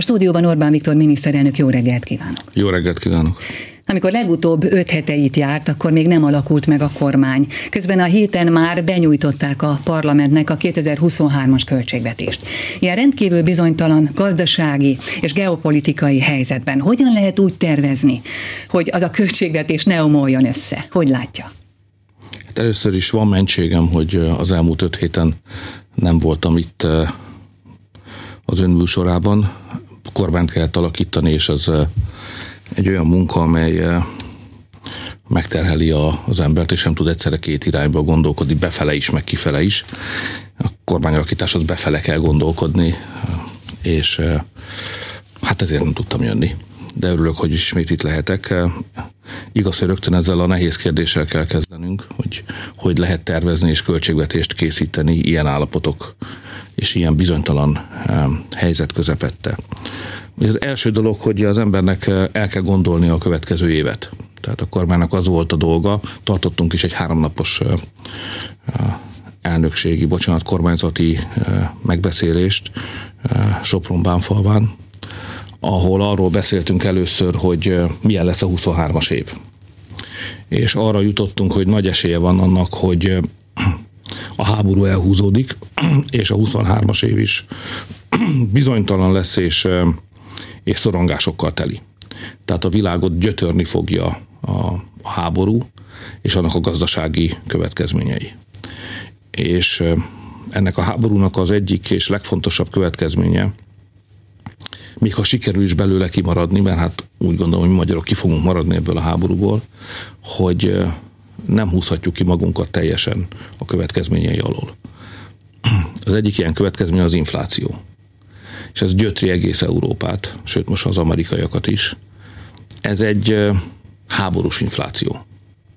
stúdióban Orbán Viktor miniszterelnök, jó reggelt kívánok! Jó reggelt kívánok! Amikor legutóbb 5 heteit járt, akkor még nem alakult meg a kormány. Közben a héten már benyújtották a parlamentnek a 2023-as költségvetést. Ilyen rendkívül bizonytalan gazdasági és geopolitikai helyzetben hogyan lehet úgy tervezni, hogy az a költségvetés ne omoljon össze? Hogy látja? Hát először is van mentségem, hogy az elmúlt 5 héten nem voltam itt az ön műsorában. Kormányt kellett alakítani, és az egy olyan munka, amely megterheli az embert, és nem tud egyszerre két irányba gondolkodni, befele is, meg kifele is. A kormányalakításhoz befele kell gondolkodni, és hát ezért nem tudtam jönni. De örülök, hogy ismét itt lehetek. Igaz, hogy rögtön ezzel a nehéz kérdéssel kell kezdenünk, hogy lehet tervezni és költségvetést készíteni ilyen állapotok és ilyen bizonytalan helyzet közepette. Az első dolog, hogy az embernek el kell gondolni a következő évet. Tehát a kormánynak az volt a dolga, tartottunk is egy 3 napos kormányzati megbeszélést Sopron-Bánfalván, ahol arról beszéltünk először, hogy milyen lesz a 23-as év. És arra jutottunk, hogy nagy esélye van annak, hogy a háború elhúzódik, és a 23-as év is bizonytalan lesz, és szorongásokkal teli. Tehát a világot gyötörni fogja a háború, és annak a gazdasági következményei. És ennek a háborúnak az egyik és legfontosabb következménye, még ha sikerül is belőle kimaradni, mert hát úgy gondolom, hogy mi magyarok ki fogunk maradni ebből a háborúból, hogy nem húzhatjuk ki magunkat teljesen a következményei alól. Az egyik ilyen következmény az infláció. És ez gyötri egész Európát, sőt most az amerikaiakat is. Ez egy háborús infláció.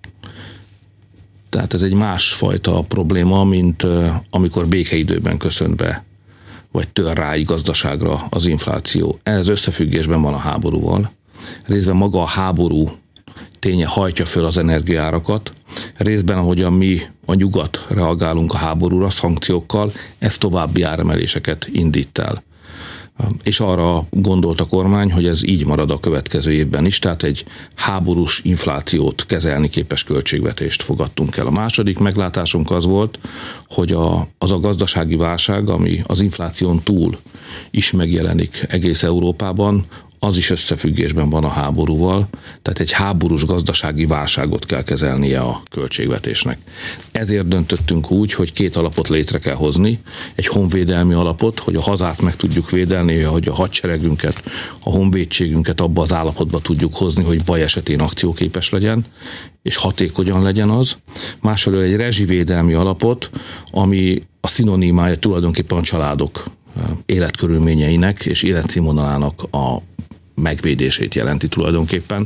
Tehát ez egy másfajta probléma, mint amikor békeidőben köszönt be, vagy tör rá egy gazdaságra az infláció. Ez összefüggésben van a háborúval. Részben maga a háború ténye hajtja föl az energiaárakat, részben, ahogyan mi a nyugat reagálunk a háborúra szankciókkal, ez további áremeléseket indít el. És arra gondolt a kormány, hogy ez így marad a következő évben is, tehát egy háborús inflációt kezelni képes költségvetést fogadtunk el. A második meglátásunk az volt, hogy az a gazdasági válság, ami az infláción túl is megjelenik egész Európában, az is összefüggésben van a háborúval, tehát egy háborús gazdasági válságot kell kezelnie a költségvetésnek. Ezért döntöttünk úgy, hogy 2 alapot létre kell hozni, egy honvédelmi alapot, hogy a hazát meg tudjuk védelni, hogy a hadseregünket, a honvédségünket abba az állapotba tudjuk hozni, hogy baj esetén akcióképes legyen, és hatékonyan legyen az. Másfelől egy rezsivédelmi alapot, ami a szinonimája tulajdonképpen a családok életkörülményeinek és életszínvonalának a megvédését jelenti tulajdonképpen.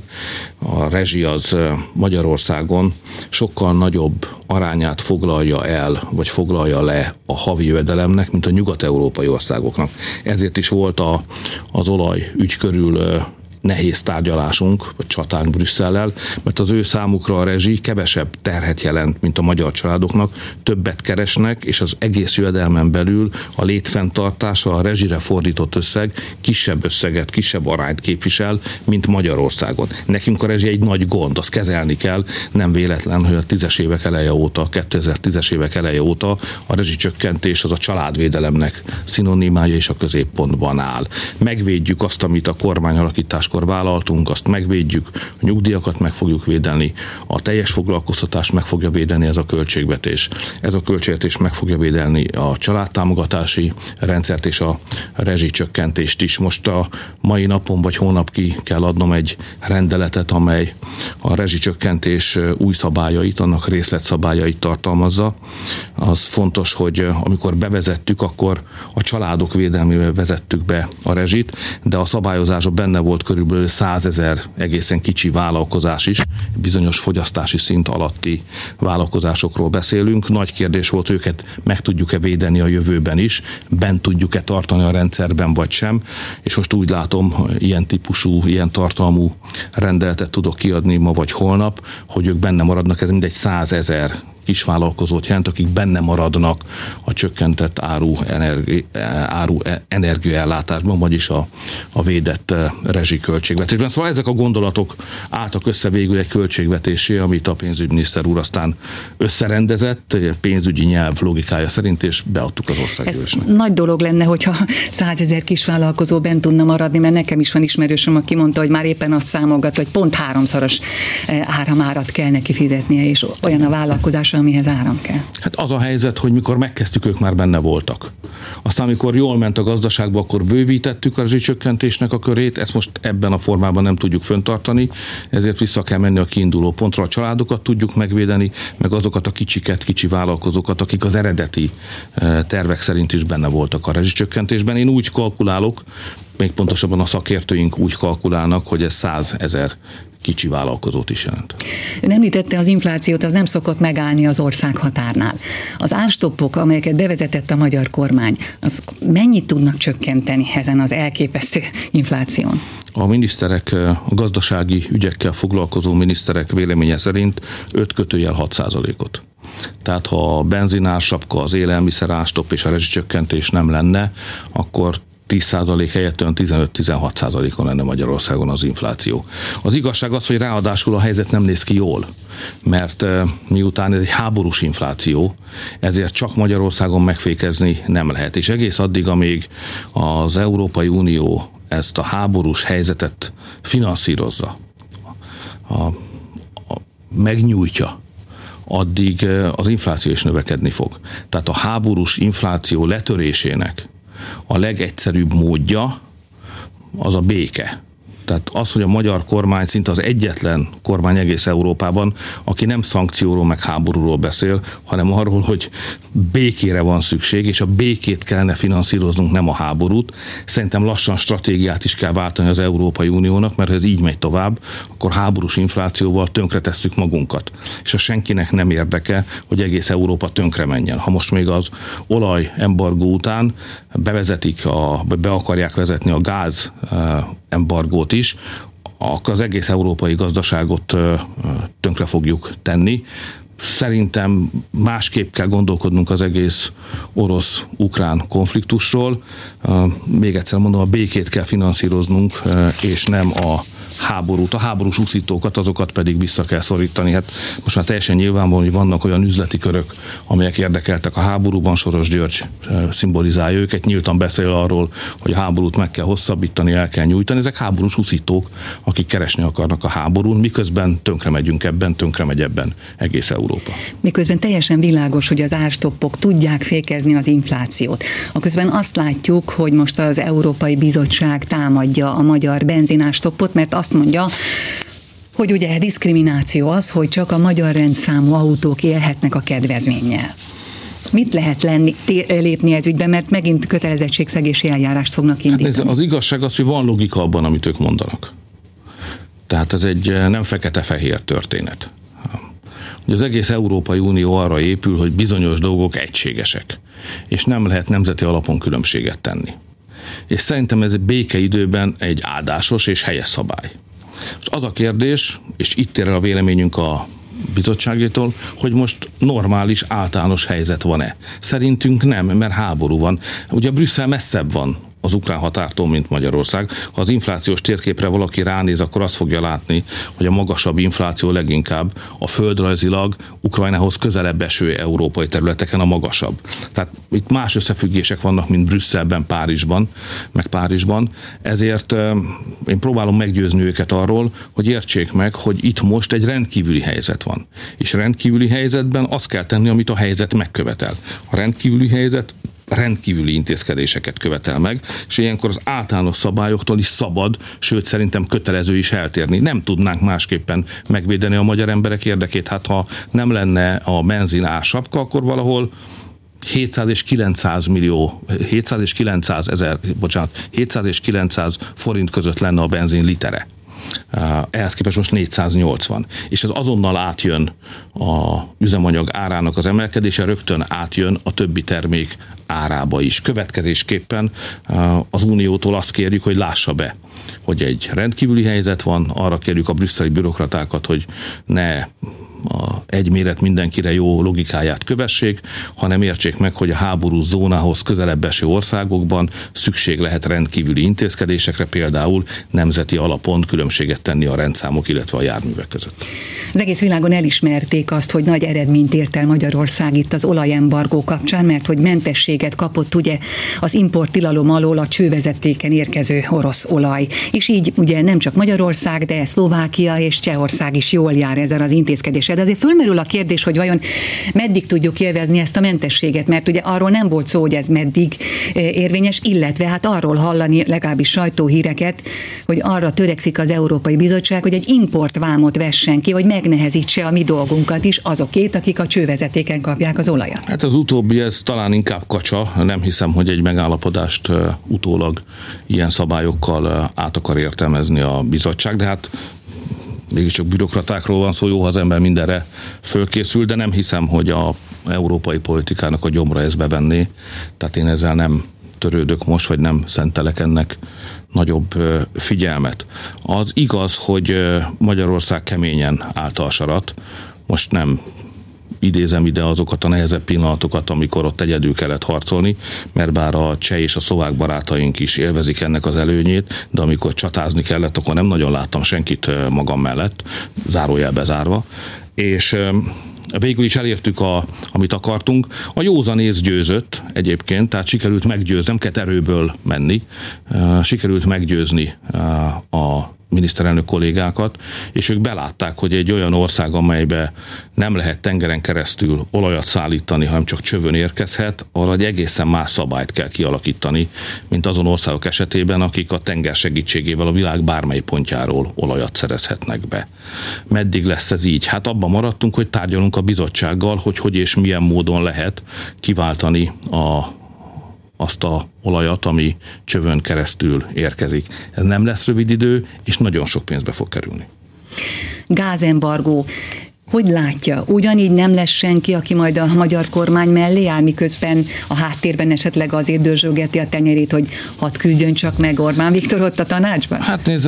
A rezsi az Magyarországon sokkal nagyobb arányát foglalja el, vagy foglalja le a havi jövedelemnek, mint a nyugat-európai országoknak. Ezért is volt az olajügy körül nehéz tárgyalásunk, vagy csatánk Brüsszellel, mert az ő számukra a rezsi kevesebb terhet jelent, mint a magyar családoknak, többet keresnek, és az egész jövedelmen belül a létfenntartásra, a rezsire fordított összeg kisebb összeget, kisebb arányt képvisel, mint Magyarországon. Nekünk a rezsi egy nagy gond, azt kezelni kell, nem véletlen, hogy a 10-es évek eleje óta, 2010-es évek eleje óta a rezsicsökkentés az a családvédelemnek szinonimája és a középpontban áll. Megvédjük azt, amit a kormányalakítás vállaltunk, azt megvédjük, a nyugdíjakat meg fogjuk védeni, a teljes foglalkoztatást meg fogja védeni ez a költségvetés. Ez a költségvetés meg fogja védeni a családtámogatási rendszert és a rezsicsökkentést is. Most a mai napon vagy holnap ki kell adnom egy rendeletet, amely a rezsicsökkentés új szabályait, annak részletszabályait tartalmazza. Az fontos, hogy amikor bevezettük, akkor a családok védelmével vezettük be a rezsit, de a szabályozásban benne volt körülbelül 100 000 egészen kicsi vállalkozás is, bizonyos fogyasztási szint alatti vállalkozásokról beszélünk. Nagy kérdés volt, őket meg tudjuk-e védeni a jövőben is, bent tudjuk-e tartani a rendszerben vagy sem, és most úgy látom, ilyen típusú, ilyen tartalmú rendeletet tudok kiadni ma vagy holnap, hogy ők benne maradnak, ez mindegy 100 000 kisvállalkozót jelent, akik benne maradnak a csökkentett áru energiaellátásban, vagyis a védett rezsiköltségvetésben. Szóval ezek a gondolatok álltak össze végül egy költségvetésé, amit a pénzügyminiszter úr aztán összerendezett, pénzügyi nyelv logikája szerint, és beadtuk az országgyűlésnek. Nagy dolog lenne, hogyha 100 000 kisvállalkozó bent tudna maradni, mert nekem is van ismerősöm, aki mondta, hogy már éppen azt számolgat, hogy pont 3-szoros áramárat kell neki fizetnie, és olyan a vállalkozása, amihez áram kell. Hát az a helyzet, hogy mikor megkezdtük, ők már benne voltak. Aztán, amikor jól ment a gazdaságba, akkor bővítettük a rezsicsökkentésnek a körét, ezt most ebben a formában nem tudjuk fenntartani, ezért vissza kell menni a kiinduló pontra. A családokat tudjuk megvédeni, meg azokat a kicsi vállalkozókat, akik az eredeti tervek szerint is benne voltak a rezsicsökkentésben. Én úgy kalkulálok, még pontosabban a szakértőink úgy kalkulálnak, hogy ez 100 000 kicsi vállalkozót is jelent. Ön említette, az inflációt, az nem szokott megállni az ország határnál. Az árstoppok, amelyeket bevezetett a magyar kormány, az mennyit tudnak csökkenteni ezen az elképesztő infláción? A miniszterek, a gazdasági ügyekkel foglalkozó miniszterek véleménye szerint 5%-ot. Tehát ha a benzinársapka, az élelmiszer árstopp és a rezsicsökkentés nem lenne, akkor 10% helyett olyan 15-16%-on lenne Magyarországon az infláció. Az igazság az, hogy ráadásul a helyzet nem néz ki jól, mert miután ez egy háborús infláció, ezért csak Magyarországon megfékezni nem lehet. És egész addig, amíg az Európai Unió ezt a háborús helyzetet finanszírozza, megnyújtja, addig az infláció is növekedni fog. Tehát a háborús infláció letörésének a legegyszerűbb módja az a béke. Tehát az, hogy a magyar kormány szinte az egyetlen kormány egész Európában, aki nem szankcióról meg háborúról beszél, hanem arról, hogy békére van szükség, és a békét kellene finanszíroznunk, nem a háborút. Szerintem lassan stratégiát is kell váltani az Európai Uniónak, mert ha ez így megy tovább, akkor háborús inflációval tönkretesszük magunkat. És a senkinek nem érdeke, hogy egész Európa tönkre menjen. Ha most még az olajembargó után be akarják vezetni a gáz embargót is, akkor az egész európai gazdaságot tönkre fogjuk tenni. Szerintem másképp kell gondolkodnunk az egész orosz-ukrán konfliktusról. Még egyszer mondom, a békét kell finanszíroznunk, és nem a háborút. A háborús úszítókat, azokat pedig vissza kell szorítani. Hát most már teljesen nyilvánvaló, hogy vannak olyan üzleti körök, amelyek érdekeltek a háborúban. Soros György szimbolizálja őket, nyíltan beszél arról, hogy a háborút meg kell hosszabbítani, el kell nyújtani. Ezek háborús úszítók, akik keresni akarnak a háborún, miközben tönkre megyünk ebben, tönkre megy ebben egész Európa. Miközben teljesen világos, hogy az árstoppok tudják fékezni az inflációt. Aközben azt látjuk, hogy most az Európai Bizottság támadja a magyar benzinárstoppot, mert azt mondja, hogy ugye diszkrimináció az, hogy csak a magyar rendszámú autók élhetnek a kedvezménnyel. Mit lehet lépni ez ügyben, mert megint kötelezettségszegési eljárást fognak indítani? Hát az igazság az, hogy van logika abban, amit ők mondanak. Tehát ez egy nem fekete-fehér történet. Az egész Európai Unió arra épül, hogy bizonyos dolgok egységesek, és nem lehet nemzeti alapon különbséget tenni. És szerintem ez békeidőben egy áldásos és helyes szabály. És az a kérdés, és itt ér el a véleményünk a bizottságétól, hogy most normális, általános helyzet van-e. Szerintünk nem, mert háború van. Ugye Brüsszel messzebb van az ukrán határtól, mint Magyarország. Ha az inflációs térképre valaki ránéz, akkor azt fogja látni, hogy a magasabb infláció leginkább a földrajzilag Ukrajnához közelebb eső európai területeken a magasabb. Tehát itt más összefüggések vannak, mint Brüsszelben, Párizsban, ezért én próbálom meggyőzni őket arról, hogy értsék meg, hogy itt most egy rendkívüli helyzet van. És rendkívüli helyzetben azt kell tenni, amit a helyzet megkövetel. A rendkívüli helyzet rendkívüli intézkedéseket követel meg, és ilyenkor az általános szabályoktól is szabad, sőt szerintem kötelező is eltérni. Nem tudnánk másképpen megvédeni a magyar emberek érdekét. Hát ha nem lenne a benzin ársapka, akkor valahol 700 és 900 forint között lenne a benzin litere. Ehhez képest most 480. És ez azonnal átjön a üzemanyag árának az emelkedése, rögtön átjön a többi termék árába is. Következésképpen az Uniótól azt kérjük, hogy lássa be, hogy egy rendkívüli helyzet van, arra kérjük a brüsszeli bürokratákat, hogy ne egy méret mindenkire jó logikáját kövessék, hanem értsék meg, hogy a háborús zónához közelebb eső országokban szükség lehet rendkívüli intézkedésekre, például nemzeti alapon különbséget tenni a rendszámok, illetve a járművek között. Az egész világon elismerték azt, hogy nagy eredményt ért el Magyarország itt az olajembargó kapcsán, mert hogy mentességet kapott ugye az importtilalom alól a csővezetéken érkező orosz olaj. És így ugye nem csak Magyarország, de Szlovákia és Csehország is jól jár ezzel az intézkedéssel. De azért fölmerül a kérdés, hogy vajon meddig tudjuk élvezni ezt a mentességet, mert ugye arról nem volt szó, hogy ez meddig érvényes, illetve hát arról hallani legalábbis sajtóhíreket, hogy arra törekszik az Európai Bizottság, hogy egy importvámot vessen ki, hogy megnehezítse a mi dolgunkat is azokét, akik a csővezetéken kapják az olajat. Hát az utóbbi, ez talán inkább kacsa, nem hiszem, hogy egy megállapodást utólag ilyen szabályokkal át akar értelmezni a bizottság, de hát mégiscsak bürokratákról van szó, jó, ha az ember mindenre fölkészül, de nem hiszem, hogy az európai politikának a gyomra ezt bevenné, tehát én ezzel nem törődök most, vagy nem szentelek ennek nagyobb figyelmet. Az igaz, hogy Magyarország keményen állt a sarat, most nem idézem ide azokat a nehezebb pillanatokat, amikor ott egyedül kellett harcolni, mert bár a cseh és a szlovák barátaink is élvezik ennek az előnyét, de amikor csatázni kellett, akkor nem nagyon láttam senkit magam mellett, zárójelbe zárva, és végül is elértük, amit akartunk. A józanész győzött egyébként, tehát sikerült meggyőzni, nem kellett erőből menni, sikerült meggyőzni a miniszterelnök kollégákat, és ők belátták, hogy egy olyan ország, amelybe nem lehet tengeren keresztül olajat szállítani, hanem csak csövön érkezhet, arra egy egészen más szabályt kell kialakítani, mint azon országok esetében, akik a tenger segítségével a világ bármely pontjáról olajat szerezhetnek be. Meddig lesz ez így? Hát abban maradtunk, hogy tárgyalunk a bizottsággal, hogy és milyen módon lehet kiváltani azt a olajat, ami csövön keresztül érkezik. Ez nem lesz rövid idő, és nagyon sok pénzbe fog kerülni. Gázembargó. Hogy látja? Ugyanígy nem lesz senki, aki majd a magyar kormány mellé áll, miközben a háttérben esetleg azért dörzsölgeti a tenyerét, hogy hadd küldjön csak meg Orbán Viktor ott a tanácsban? Hát nézd,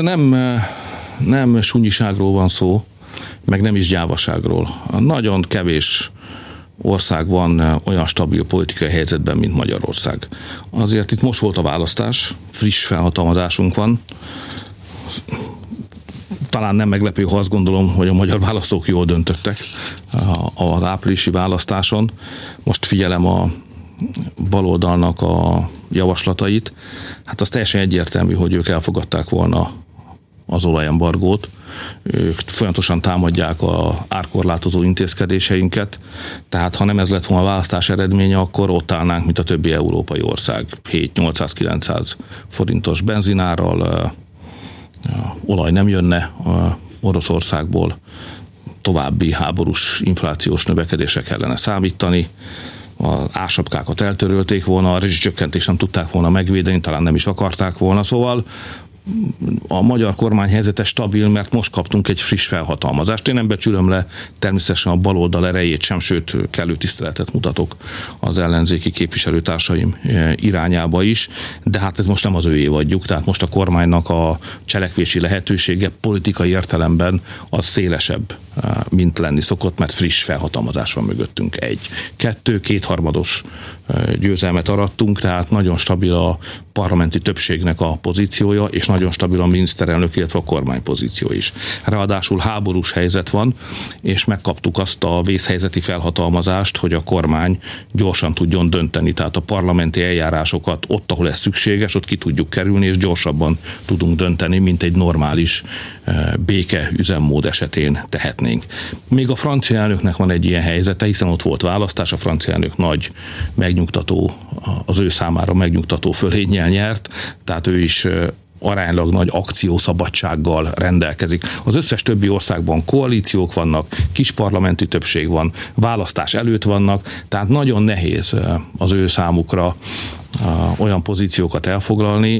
nem sunyiságról van szó, meg nem is gyávaságról. Nagyon kevés ország van olyan stabil politikai helyzetben, mint Magyarország. Azért itt most volt a választás, friss felhatalmazásunk van. Talán nem meglepő, ha azt gondolom, hogy a magyar választók jól döntöttek az áprilisi választáson. Most figyelem a baloldalnak a javaslatait. Hát az teljesen egyértelmű, hogy ők elfogadták volna az olajembargót. Ők folyamatosan támadják az árkorlátozó intézkedéseinket, tehát ha nem ez lett volna a választás eredménye, akkor ott állnánk, mint a többi európai ország. 7-800-900 forintos benzinárral, olaj nem jönne Oroszországból, további háborús inflációs növekedésre kellene számítani, az ársapkákat eltörölték volna, a rezsicsökkentést nem tudták volna megvédeni, talán nem is akarták volna, szóval a magyar kormány helyzete stabil, mert most kaptunk egy friss felhatalmazást. Én nem becsülöm le természetesen a baloldal erejét sem, sőt kellő tiszteletet mutatok az ellenzéki képviselőtársaim irányába is, de hát ez most nem az ő évadjuk, tehát most a kormánynak a cselekvési lehetősége politikai értelemben az szélesebb, mint lenni szokott, mert friss felhatalmazás van mögöttünk. 1. 2. kétharmados győzelmet arattunk, tehát nagyon stabil a parlamenti többségnek a pozíciója, és nagyon stabil a miniszterelnök, illetve a kormány pozíció is. Ráadásul háborús helyzet van, és megkaptuk azt a vészhelyzeti felhatalmazást, hogy a kormány gyorsan tudjon dönteni, tehát a parlamenti eljárásokat ott, ahol ez szükséges, ott ki tudjuk kerülni, és gyorsabban tudunk dönteni, mint egy normális béke üzemmód esetén tehetnénk. Még a francia elnöknek van egy ilyen helyzete, hiszen ott volt választás, a francia elnök nagy megnyugtató, az ő számára megnyugtató fölénnyel nyert, tehát ő is aránylag nagy akciószabadsággal rendelkezik. Az összes többi országban koalíciók vannak, kis parlamenti többség van, választás előtt vannak, tehát nagyon nehéz az ő számukra olyan pozíciókat elfoglalni,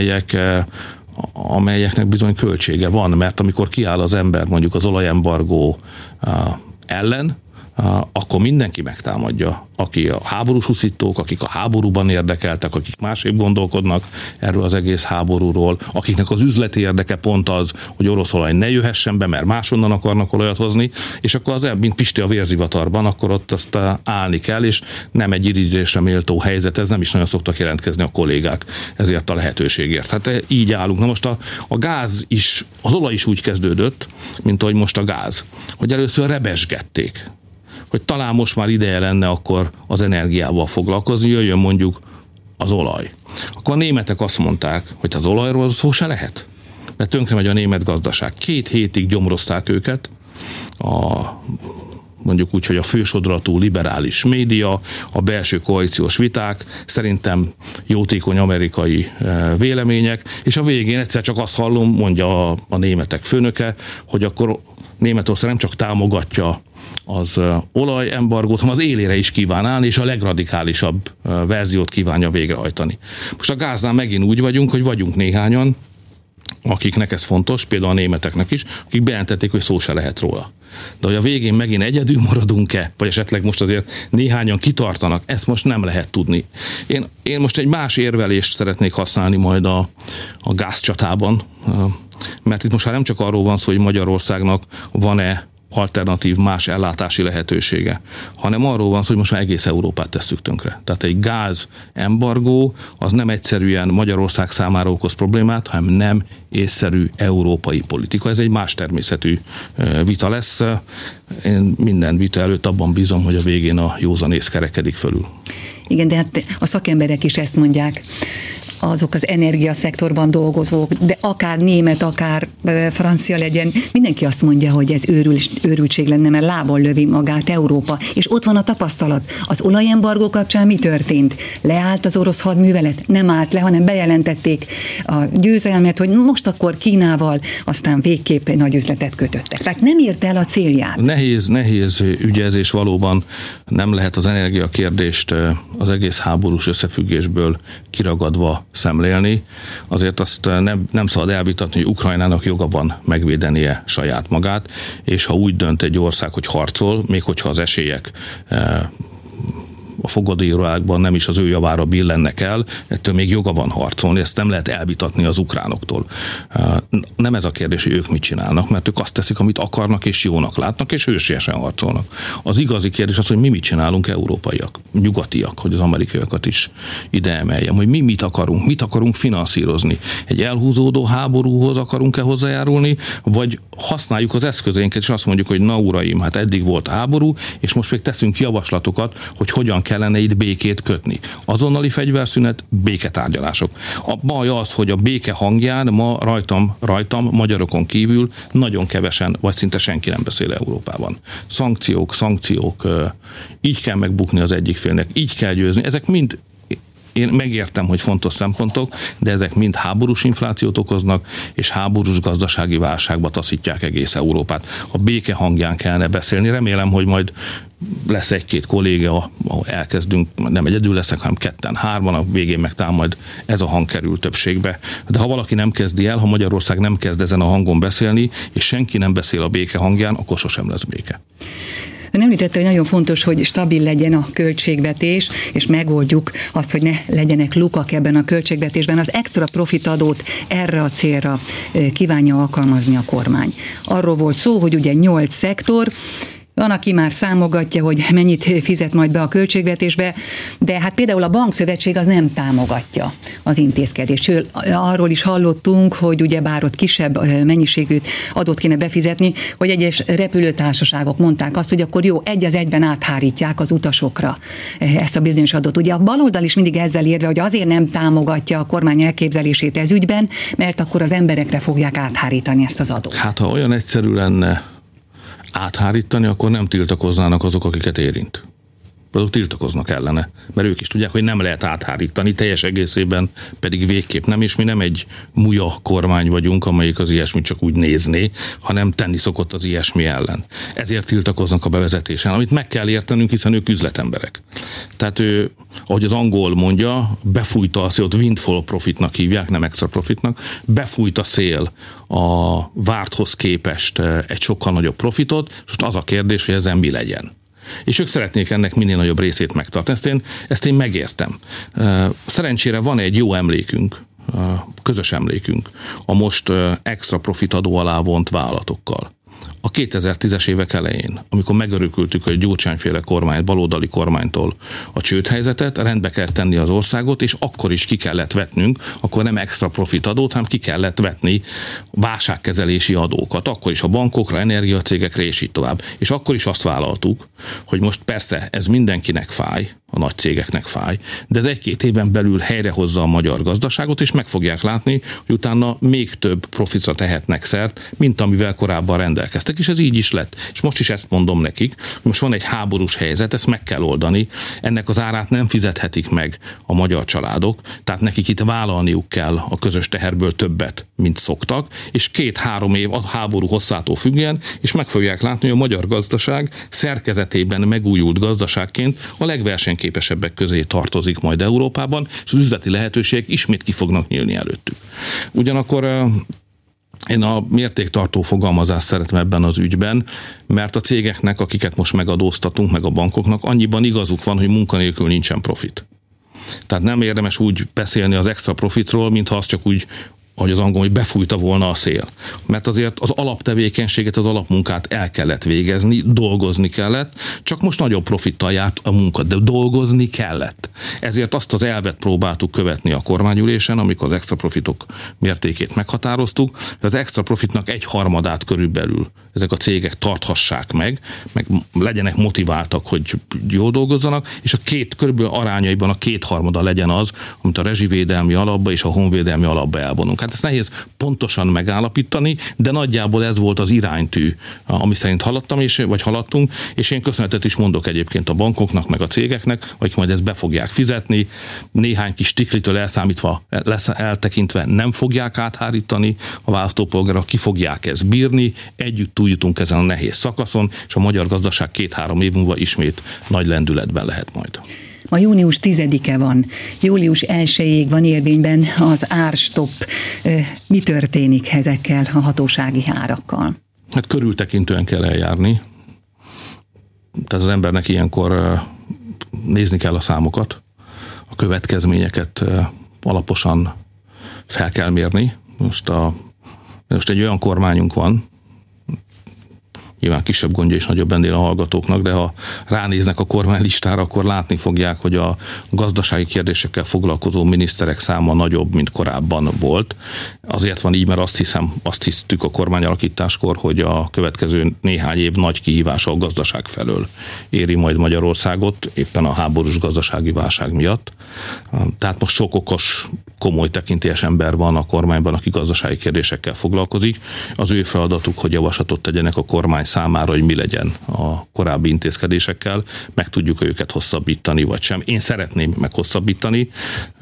amelyeknek bizony költsége van, mert amikor kiáll az ember mondjuk az olajembargó ellen, akkor mindenki megtámadja, aki a háborús huszítók, akik a háborúban érdekeltek, akik másképp gondolkodnak erről az egész háborúról, akiknek az üzleti érdeke pont az, hogy orosz olaj ne jöhessen be, mert máshonnan akarnak olajat hozni, és akkor az, mint Pisti a vérzivatarban, akkor ott azt állni kell, és nem egy irigyésre méltó helyzet, ez nem is nagyon szoktak jelentkezni a kollégák ezért a lehetőségért. Hát így állunk. Na most a gáz is, az olaj is úgy kezdődött, mint ahogy most a gáz, hogy először rebesgették, hogy talán most már ideje lenne akkor az energiával foglalkozni, jöjjön mondjuk az olaj. Akkor a németek azt mondták, hogy az olajról szó se lehet, mert tönkre megy a német gazdaság. 2 hétig gyomrozták őket, mondjuk úgy, hogy a fősodratú liberális média, a belső koalíciós viták, szerintem jótékony amerikai vélemények, és a végén egyszer csak azt hallom, mondja a németek főnöke, hogy akkor Németország nem csak támogatja az olajembargót, hanem az élére is kíván állni, és a legradikálisabb verziót kívánja végrehajtani. Most a gáznál megint úgy vagyunk néhányan, akiknek ez fontos, például a németeknek is, akik bejelentették, hogy szó se lehet róla. De hogy a végén megint egyedül maradunk-e, vagy esetleg most azért néhányan kitartanak, ezt most nem lehet tudni. Én most egy más érvelést szeretnék használni majd a gázcsatában, mert itt most már nem csak arról van szó, hogy Magyarországnak van-e alternatív más ellátási lehetősége, hanem arról van szó, hogy most már egész Európát tesszük tönkre. Tehát egy gáz embargó az nem egyszerűen Magyarország számára okoz problémát, hanem nem észszerű európai politika. Ez egy más természetű vita lesz. Én minden vita előtt abban bízom, hogy a végén a józanész kerekedik fölül. Igen, de hát a szakemberek is ezt mondják, azok az energiaszektorban dolgozók, de akár német, akár francia legyen, mindenki azt mondja, hogy ez őrültség lenne, mert lábon lövi magát Európa. És ott van a tapasztalat. Az olajembargó kapcsán mi történt? Leállt az orosz hadművelet? Nem állt le, hanem bejelentették a győzelmet, hogy most akkor Kínával, aztán végképp egy nagy üzletet kötöttek. Tehát nem ért el a célját. Nehéz ügy ez, és valóban nem lehet az energiakérdést az egész háborús összefüggésből kiragadva szemlélni. Azért azt nem szabad elvitatni, hogy Ukrajnának joga van megvédenie saját magát, és ha úgy dönt egy ország, hogy harcol, még hogyha az esélyek a fogadóirodákban nem is az ő javára billennek el, ettől még joga van harcolni, ezt nem lehet elvitatni az ukránoktól. Nem ez a kérdés, hogy ők mit csinálnak, mert ők azt teszik, amit akarnak és jónak látnak, és hősiesen harcolnak. Az igazi kérdés az, hogy mi mit csinálunk európaiak, nyugatiak, hogy az amerikaiakat is ide emeljem, hogy mi mit akarunk finanszírozni. Egy elhúzódó háborúhoz akarunk-e hozzájárulni, vagy használjuk az eszközeinket, és azt mondjuk, hogy na uraim, hát eddig volt háború, és most még teszünk javaslatokat, hogy hogyan kellene itt békét kötni. Azonnali fegyverszünet, béketárgyalások. A baj az, hogy a béke hangján ma rajtam, magyarokon kívül nagyon kevesen, vagy szinte senki nem beszél Európában. Szankciók, így kell megbukni az egyik félnek, így kell győzni. Ezek mind, én megértem, hogy fontos szempontok, de ezek mind háborús inflációt okoznak, és háborús gazdasági válságba taszítják egész Európát. A béke hangján kellene beszélni. Remélem, hogy majd lesz 1-2 kolléga, ahol elkezdünk, nem egyedül leszek, hanem 2-3, a végén meg talán majd ez a hang kerül többségbe. De ha valaki nem kezdi el, ha Magyarország nem kezd ezen a hangon beszélni, és senki nem beszél a béke hangján, akkor sosem lesz béke. Ön említette, hogy nagyon fontos, hogy stabil legyen a költségvetés, és megoldjuk azt, hogy ne legyenek lukak ebben a költségvetésben. Az extra profit adót erre a célra kívánja alkalmazni a kormány. Arról volt szó, hogy ugye 8 szektor, van, aki már számogatja, hogy mennyit fizet majd be a költségvetésbe, de hát például a bankszövetség az nem támogatja az intézkedést. Sőt, arról is hallottunk, hogy ugyebár ott kisebb mennyiségű adót kéne befizetni, hogy egyes repülőtársaságok mondták azt, hogy akkor jó, 1:1 áthárítják az utasokra ezt a bizonyos adót. Ugye a baloldal is mindig ezzel érve, hogy azért nem támogatja a kormány elképzelését ez ügyben, mert akkor az emberekre fogják áthárítani ezt az adót. Hát ha olyan egyszerű lenne áthárítani, akkor nem tiltakoznának azok, akiket érint. Azok tiltakoznak ellene, mert ők is tudják, hogy nem lehet áthárítani, teljes egészében pedig végképp nem, és mi nem egy muja kormány vagyunk, amelyik az ilyesmit csak úgy nézné, hanem tenni szokott az ilyesmi ellen. Ezért tiltakoznak a bevezetésen, amit meg kell értenünk, hiszen ők üzletemberek. Tehát ő, ahogy az angol mondja, befújta a szélt, windfall profitnak hívják, nem extra profitnak, befújt a szél a várthoz képest egy sokkal nagyobb profitot, és most az a kérdés, hogy ezen mi legyen. és ők szeretnék ennek minél nagyobb részét megtartani. Ezt én megértem. Szerencsére van egy jó emlékünk, közös emlékünk a most extra profit adó alá vont vállalatokkal. A 2010-es évek elején, amikor megörökültük a Gyurcsányféle kormányt, baloldali kormánytól a csődhelyzetet, rendbe kellett tenni az országot, és akkor is ki kellett vetnünk, akkor nem extra profit adót, hanem ki kellett vetni válságkezelési adókat. Akkor is a bankokra, energiacégekre, és így tovább. És akkor is azt vállaltuk, hogy most persze ez mindenkinek fáj, a nagy cégeknek fáj, de ez 1-2 éven belül helyrehozza a magyar gazdaságot, és meg fogják látni, hogy utána még több profitra tehetnek szert, mint amivel korábban rendelkeztek, és ez így is lett. És most is ezt mondom nekik, hogy most van egy háborús helyzet, ezt meg kell oldani, ennek az árát nem fizethetik meg a magyar családok, tehát nekik itt vállalniuk kell a közös teherből többet, mint szoktak, és 2-3 év a háború hosszától függően, és meg fogják látni, hogy a magyar gazdaság szerkezetében megújult gazdaságként a legversenyképesebbek közé tartozik majd Európában, és az üzleti lehetőségek ismét ki fognak nyílni előttük. Ugyanakkor én a mértéktartó fogalmazást szeretem ebben az ügyben, mert a cégeknek, akiket most megadóztatunk, meg a bankoknak, annyiban igazuk van, hogy munkanélkül nincsen profit. Tehát nem érdemes úgy beszélni az extra profitról, mintha az csak úgy, ahogy az angol, hogy befújta volna a szél. Mert azért az alaptevékenységet, az alapmunkát el kellett végezni, dolgozni kellett, csak most nagyobb profittal járt a munka, de dolgozni kellett. Ezért azt az elvet próbáltuk követni a kormányülésen, amikor az extra profitok mértékét meghatároztuk, hogy az extra profitnak 1/3 körülbelül ezek a cégek tarthassák meg legyenek motiváltak, hogy jól dolgozzanak, és körülbelül arányaiban a 2/3 legyen az, amit a rezsivédelmi alapba és a honvédelmi alapba elvonunk. Hát ezt nehéz pontosan megállapítani, de nagyjából ez volt az iránytű, ami szerint haladtunk, és én köszönetet is mondok egyébként a bankoknak, meg a cégeknek, akik majd ezt be fogják fizetni, néhány kis tiklitől eltekintve nem fogják áthárítani, a választópolgárok ki fogják ezt bírni, együtt túljutunk ezen a nehéz szakaszon, és a magyar gazdaság 2-3 év múlva ismét nagy lendületben lehet majd. Ma június 10-e van, július 1-ig van érvényben az árstopp. Mi történik ezekkel a hatósági árakkal? Hát körültekintően kell eljárni. Tehát az embernek ilyenkor nézni kell a számokat, a következményeket alaposan fel kell mérni. Most egy olyan kormányunk van, nyilván kisebb gondja és nagyobb ennél a hallgatóknak, de ha ránéznek a kormánylistára, akkor látni fogják, hogy a gazdasági kérdésekkel foglalkozó miniszterek száma nagyobb, mint korábban volt. Azért van így, mert azt hisztük a kormányalakításkor, hogy a következő néhány év nagy kihívása a gazdaság felől éri majd Magyarországot, éppen a háborús gazdasági válság miatt. Tehát most sok okos, komoly tekintélyes ember van a kormányban, aki gazdasági kérdésekkel foglalkozik. Az ő feladatuk, hogy javaslatot tegyenek a kormány számára, hogy mi legyen a korábbi intézkedésekkel, meg tudjuk őket hosszabbítani, vagy sem. Én szeretném meghosszabbítani,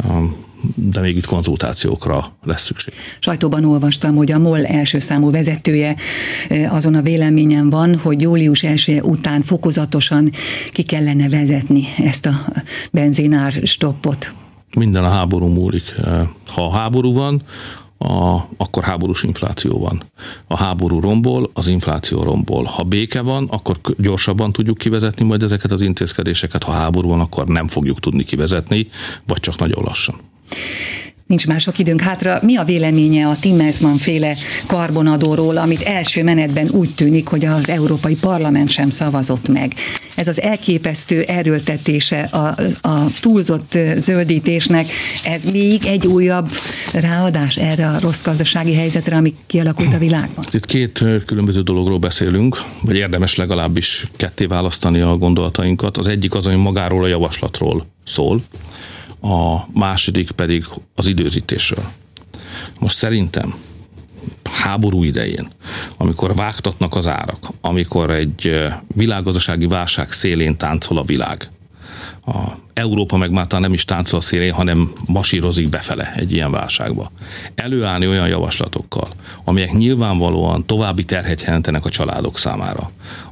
de még itt konzultációkra lesz szükség. Sajtóban olvastam, hogy a MOL első számú vezetője azon a véleményen van, hogy július 1 után fokozatosan ki kellene vezetni ezt a benzinár stoppot. Minden a háború múlik. Ha háború van, akkor háborús infláció van. A háború rombol, az infláció rombol. Ha béke van, akkor gyorsabban tudjuk kivezetni majd ezeket az intézkedéseket, ha háború van, akkor nem fogjuk tudni kivezetni, vagy csak nagyon lassan. Nincs már sok időnk hátra. Mi a véleménye a Timmermans-féle karbonadóról, amit első menetben úgy tűnik, hogy az Európai Parlament sem szavazott meg? Ez az elképesztő erőltetése a túlzott zöldítésnek, ez még egy újabb ráadás erre a rossz gazdasági helyzetre, ami kialakult a világban? Itt 2 különböző dologról beszélünk, vagy érdemes legalábbis ketté választani a gondolatainkat. Az egyik az, ami magáról a javaslatról szól, a második pedig az időzítésről. Most szerintem háború idején, amikor vágtatnak az árak, amikor egy világgazdasági válság szélén táncol a világ, Európa meg már nem is táncol a szélén, hanem masírozik befele egy ilyen válságba. Előállni olyan javaslatokkal, amelyek nyilvánvalóan további terhet jelentenek a családok számára,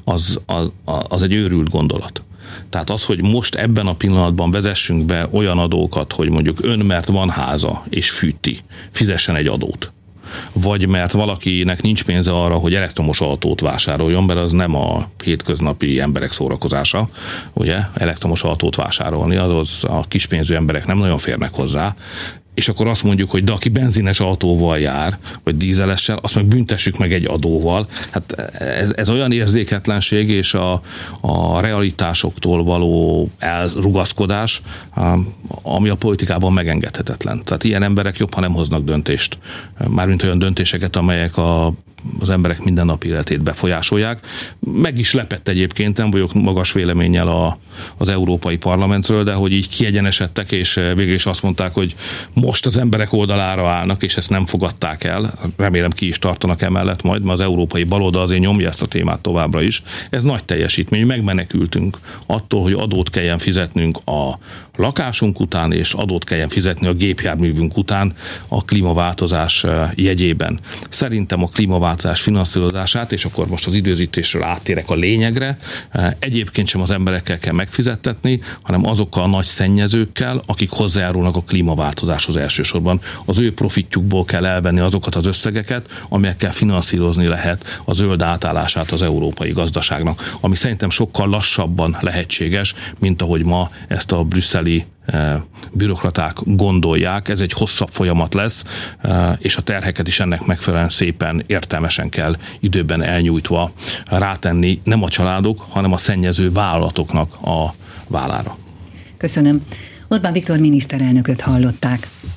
az egy őrült gondolat. Tehát az, hogy most ebben a pillanatban vezessünk be olyan adókat, hogy mondjuk ön, mert van háza és fűti, fizessen egy adót. vagy mert valakinek nincs pénze arra, hogy elektromos autót vásároljon, mert az nem a hétköznapi emberek szórakozása, ugye, elektromos autót vásárolni, az a kispénzű emberek nem nagyon férnek hozzá, és akkor azt mondjuk, hogy de aki benzines autóval jár, vagy dízelessel, azt meg büntessük meg egy adóval. Hát ez olyan érzéketlenség és a realitásoktól való elrugaszkodás, ami a politikában megengedhetetlen. Tehát ilyen emberek jobb, ha nem hoznak döntést. Mármint olyan döntéseket, amelyek az emberek mindennapi életét befolyásolják. Meg is lepett egyébként, nem vagyok magas véleménnyel az Európai Parlamentről, de hogy így kiegyenesedtek, és végül is azt mondták, hogy most az emberek oldalára állnak, és ezt nem fogadták el. Remélem ki is tartanak emellett majd, mert az európai baloldal azért nyomja ezt a témát továbbra is. Ez nagy teljesítmény, megmenekültünk attól, hogy adót kelljen fizetnünk a lakásunk után, és adót kelljen fizetni a gépjárművünk után a klímaváltozás jegyében. Szerintem a klímaváltozás finanszírozását, és akkor most az időzítésről áttérek a lényegre, egyébként sem az emberekkel kell megfizettetni, hanem azokkal a nagy szennyezőkkel, akik hozzájárulnak a klímaváltozáshoz elsősorban. Az ő profitjukból kell elvenni azokat az összegeket, amelyekkel finanszírozni lehet a zöld átállását az európai gazdaságnak, ami szerintem sokkal lassabban lehetséges, mint ahogy ma ezt a brüsszeli bürokraták gondolják. Ez egy hosszabb folyamat lesz, és a terheket is ennek megfelelően szépen, értelmesen kell időben elnyújtva rátenni nem a családok, hanem a szennyező vállalatoknak a vállára. Köszönöm. Orbán Viktor miniszterelnököt hallották.